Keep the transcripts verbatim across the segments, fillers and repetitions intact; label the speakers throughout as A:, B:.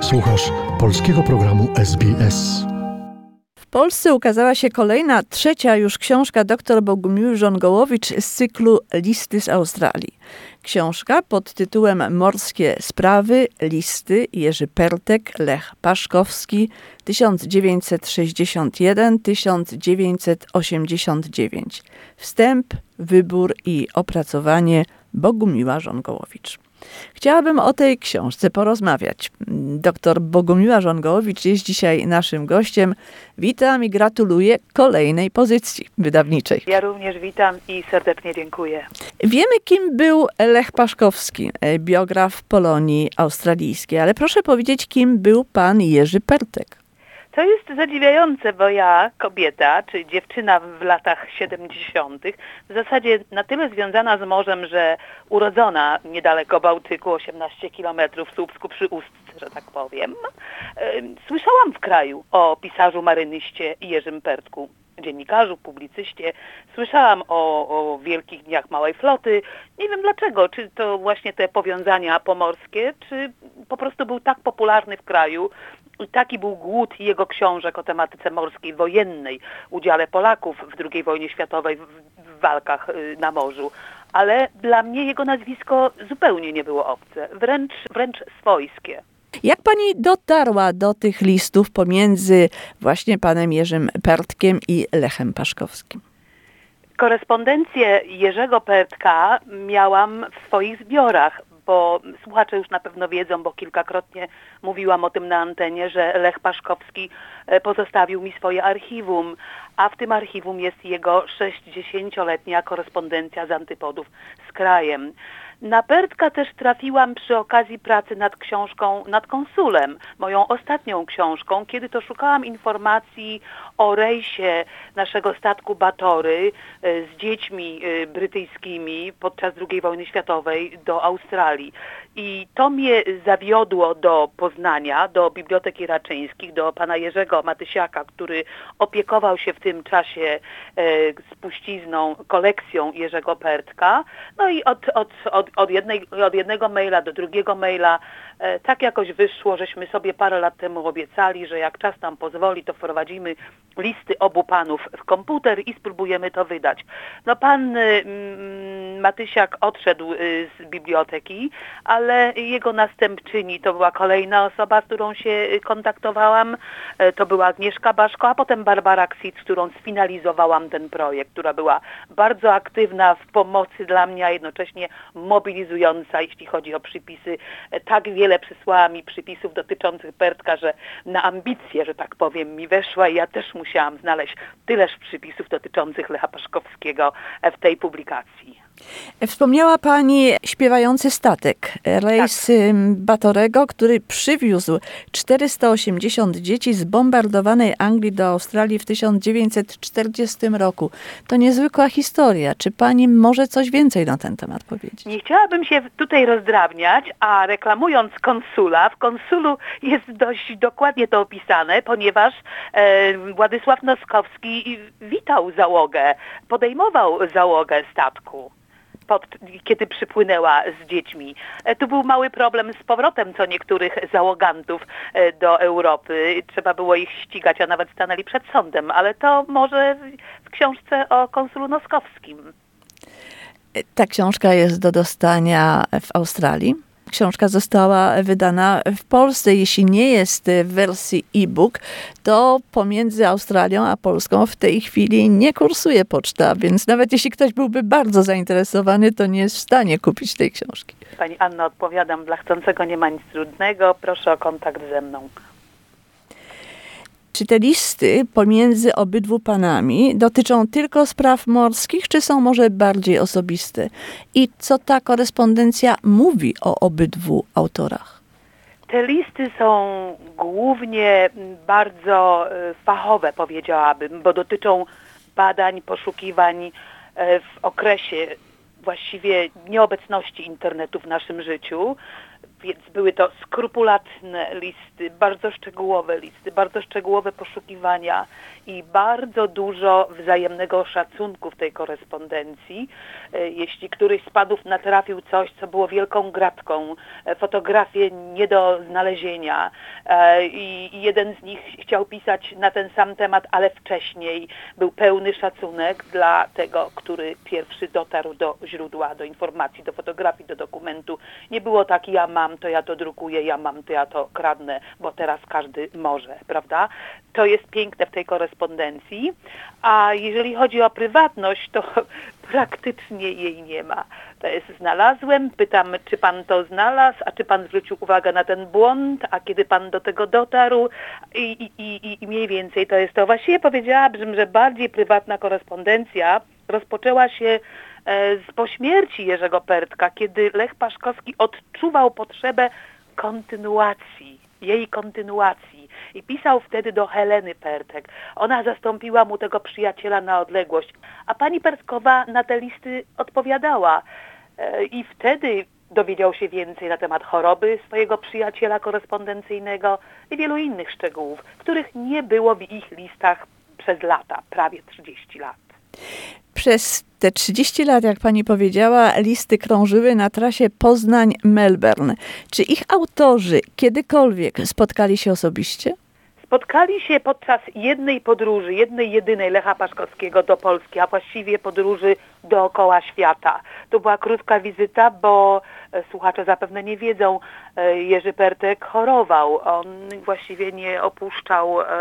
A: Słuchasz polskiego programu S B S.
B: W Polsce ukazała się kolejna, trzecia już książka dr Bogumiły Żongołowicz z cyklu Listy z Australii. Książka pod tytułem Morskie sprawy, listy Jerzy Pertek, Lech Paszkowski tysiąc dziewięćset sześćdziesiąt jeden do tysiąc dziewięćset osiemdziesiąt dziewięć. Wstęp, wybór i opracowanie Bogumiła Żongołowicz. Chciałabym o tej książce porozmawiać. Doktor Bogumiła Żongołowicz jest dzisiaj naszym gościem. Witam i gratuluję kolejnej pozycji wydawniczej.
C: Ja również witam i serdecznie dziękuję.
B: Wiemy, kim był Lech Paszkowski, biograf Polonii australijskiej, ale proszę powiedzieć, kim był pan Jerzy Pertek.
C: To jest zadziwiające, bo ja, kobieta, czy dziewczyna w latach siedemdziesiątych, w zasadzie na tyle związana z morzem, że urodzona niedaleko Bałtyku, osiemnaście kilometrów w Słupsku przy Ustce, że tak powiem, słyszałam w kraju o pisarzu marynyście Jerzym Pertku, dziennikarzu, publicyście. Słyszałam o, o wielkich dniach małej floty. Nie wiem dlaczego, czy to właśnie te powiązania pomorskie, czy po prostu był tak popularny w kraju, i taki był głód jego książek o tematyce morskiej, wojennej, udziale Polaków w drugiej wojnie światowej, w, w walkach na morzu. Ale dla mnie jego nazwisko zupełnie nie było obce, wręcz, wręcz swojskie.
B: Jak pani dotarła do tych listów pomiędzy właśnie panem Jerzym Pertkiem i Lechem Paszkowskim?
C: Korespondencję Jerzego Pertka miałam w swoich zbiorach, bo słuchacze już na pewno wiedzą, bo kilkakrotnie mówiłam o tym na antenie, że Lech Paszkowski pozostawił mi swoje archiwum, a w tym archiwum jest jego sześćdziesięcioletnia korespondencja z antypodów z krajem. Na Pertka też trafiłam przy okazji pracy nad książką Nad konsulem, moją ostatnią książką, kiedy to szukałam informacji o rejsie naszego statku Batory z dziećmi brytyjskimi podczas drugiej wojny światowej do Australii. I to mnie zawiodło do Poznania, do Biblioteki Raczyńskich, do pana Jerzego Matysiaka, który opiekował się w tym czasie spuścizną, kolekcją Jerzego Pertka. No i od, od, od, od, jednej, od jednego maila do drugiego maila tak jakoś wyszło, żeśmy sobie parę lat temu obiecali, że jak czas nam pozwoli, to wprowadzimy listy obu panów w komputer i spróbujemy to wydać. No pan mm, Matysiak odszedł y, z biblioteki, ale jego następczyni to była kolejna osoba, z którą się kontaktowałam. Y, to była Agnieszka Baszko, a potem Barbara Ksic, z którą sfinalizowałam ten projekt, która była bardzo aktywna w pomocy dla mnie, a jednocześnie mobilizująca, jeśli chodzi o przypisy. Y, tak wiele przysłała mi przypisów dotyczących Pertka, że na ambicje, że tak powiem, mi weszła i ja też musiałam znaleźć tyleż przypisów dotyczących Lecha Paszkowskiego w tej publikacji.
B: Wspomniała pani śpiewający statek, rejs tak. Batorego, który przywiózł czterysta osiemdziesiąt dzieci z bombardowanej Anglii do Australii w tysiąc dziewięćset czterdziestym roku. To niezwykła historia. Czy pani może coś więcej na ten temat powiedzieć?
C: Nie chciałabym się tutaj rozdrabniać, a reklamując konsula, w konsulu jest dość dokładnie to opisane, ponieważ e, Władysław Noskowski witał załogę, podejmował załogę statku. Pod, kiedy przypłynęła z dziećmi. Tu był mały problem z powrotem co niektórych załogantów do Europy. Trzeba było ich ścigać, a nawet stanęli przed sądem, ale to może w książce o konsulu Noskowskim.
B: Ta książka jest do dostania w Australii. Książka została wydana w Polsce. Jeśli nie jest w wersji e-book, to pomiędzy Australią a Polską w tej chwili nie kursuje poczta, więc nawet jeśli ktoś byłby bardzo zainteresowany, to nie jest w stanie kupić tej książki.
C: Pani Anno, odpowiadam, dla chcącego nie ma nic trudnego. Proszę o kontakt ze mną.
B: Czy te listy pomiędzy obydwu panami dotyczą tylko spraw morskich, czy są może bardziej osobiste? I co ta korespondencja mówi o obydwu autorach?
C: Te listy są głównie bardzo fachowe, powiedziałabym, bo dotyczą badań, poszukiwań w okresie właściwie nieobecności internetu w naszym życiu. Więc były to skrupulatne listy, bardzo szczegółowe listy, bardzo szczegółowe poszukiwania i bardzo dużo wzajemnego szacunku w tej korespondencji. Jeśli któryś z panów natrafił coś, co było wielką gratką, fotografię nie do znalezienia i jeden z nich chciał pisać na ten sam temat, ale wcześniej, był pełny szacunek dla tego, który pierwszy dotarł do źródła, do informacji, do fotografii, do dokumentu. Nie było tak, ja mam, to ja to drukuję, ja mam, to ja to kradnę, bo teraz każdy może, prawda? To jest piękne w tej korespondencji, a jeżeli chodzi o prywatność, to praktycznie jej nie ma. To jest znalazłem, pytam, czy pan to znalazł, a czy pan zwrócił uwagę na ten błąd, a kiedy pan do tego dotarł i, i, i, i mniej więcej to jest to. Właściwie powiedziałabym, że bardziej prywatna korespondencja rozpoczęła się z po śmierci Jerzego Pertka, kiedy Lech Paszkowski odczuwał potrzebę kontynuacji, jej kontynuacji i pisał wtedy do Heleny Pertek. Ona zastąpiła mu tego przyjaciela na odległość, a pani Pertkowa na te listy odpowiadała i wtedy dowiedział się więcej na temat choroby swojego przyjaciela korespondencyjnego i wielu innych szczegółów, których nie było w ich listach przez lata, prawie trzydzieści lat.
B: Przez te trzydzieści lat, jak pani powiedziała, listy krążyły na trasie Poznań-Melbourne. Czy ich autorzy kiedykolwiek spotkali się osobiście?
C: Spotkali się podczas jednej podróży, jednej jedynej Lecha Paszkowskiego do Polski, a właściwie podróży dookoła świata. To była krótka wizyta, bo e, słuchacze zapewne nie wiedzą, e, Jerzy Pertek chorował. On właściwie nie opuszczał e,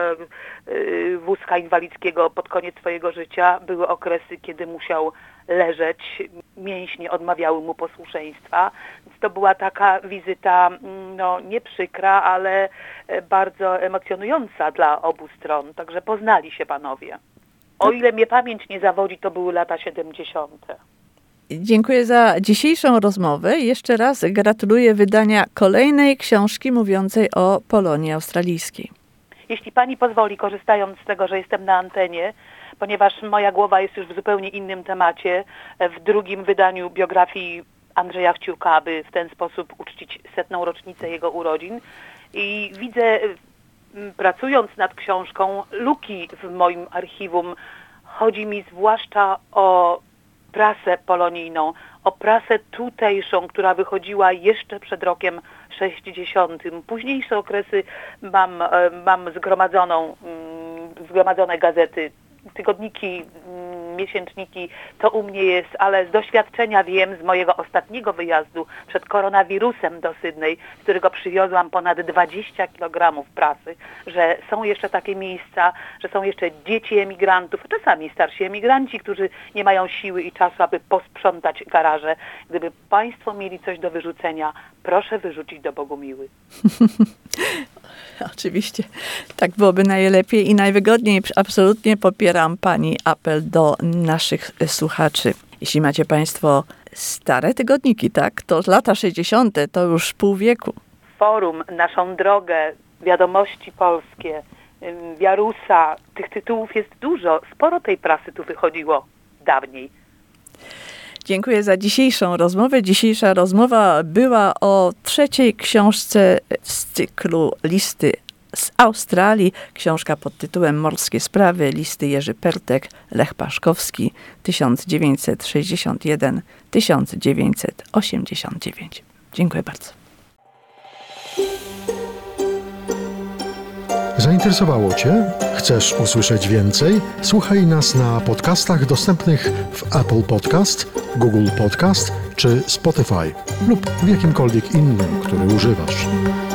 C: e, wózka inwalidzkiego pod koniec swojego życia. Były okresy, kiedy musiał leżeć, mięśnie odmawiały mu posłuszeństwa. Więc to była taka wizyta, no nie przykra, ale bardzo emocjonująca dla obu stron. Także poznali się panowie. O ile mnie pamięć nie zawodzi, to były lata siedemdziesiąte.
B: Dziękuję za dzisiejszą rozmowę. Jeszcze raz gratuluję wydania kolejnej książki mówiącej o Polonii australijskiej.
C: Jeśli pani pozwoli, korzystając z tego, że jestem na antenie, ponieważ moja głowa jest już w zupełnie innym temacie, w drugim wydaniu biografii Andrzeja Chciuka, aby w ten sposób uczcić setną rocznicę jego urodzin. I widzę, pracując nad książką, luki w moim archiwum. Chodzi mi zwłaszcza o prasę polonijną, o prasę tutejszą, która wychodziła jeszcze przed rokiem sześćdziesiątym. Późniejsze okresy mam, mam zgromadzoną, zgromadzone gazety, tygodniki, miesięczniki, to u mnie jest, ale z doświadczenia wiem z mojego ostatniego wyjazdu przed koronawirusem do Sydney, z którego przywiozłam ponad dwadzieścia kilogramów prasy, że są jeszcze takie miejsca, że są jeszcze dzieci emigrantów, czasami starsi emigranci, którzy nie mają siły i czasu, aby posprzątać garaże. Gdyby państwo mieli coś do wyrzucenia, proszę wyrzucić do Bogumiły.
B: Oczywiście, tak byłoby najlepiej i najwygodniej. Absolutnie popieram pani apel do naszych słuchaczy. Jeśli macie państwo stare tygodniki, tak, to lata sześćdziesiąte to już pół wieku.
C: Forum, Naszą Drogę, Wiadomości Polskie, Wiarusa, tych tytułów jest dużo. Sporo tej prasy tu wychodziło dawniej.
B: Dziękuję za dzisiejszą rozmowę. Dzisiejsza rozmowa była o trzeciej książce z cyklu Listy z Australii. Książka pod tytułem Morskie sprawy, listy Jerzy Pertek, Lech Paszkowski, tysiąc dziewięćset sześćdziesiąt jeden do tysiąc dziewięćset osiemdziesiąt dziewięć. Dziękuję bardzo.
A: Zainteresowało Cię? Chcesz usłyszeć więcej? Słuchaj nas na podcastach dostępnych w Apple Podcast, Google Podcast czy Spotify lub w jakimkolwiek innym, który używasz.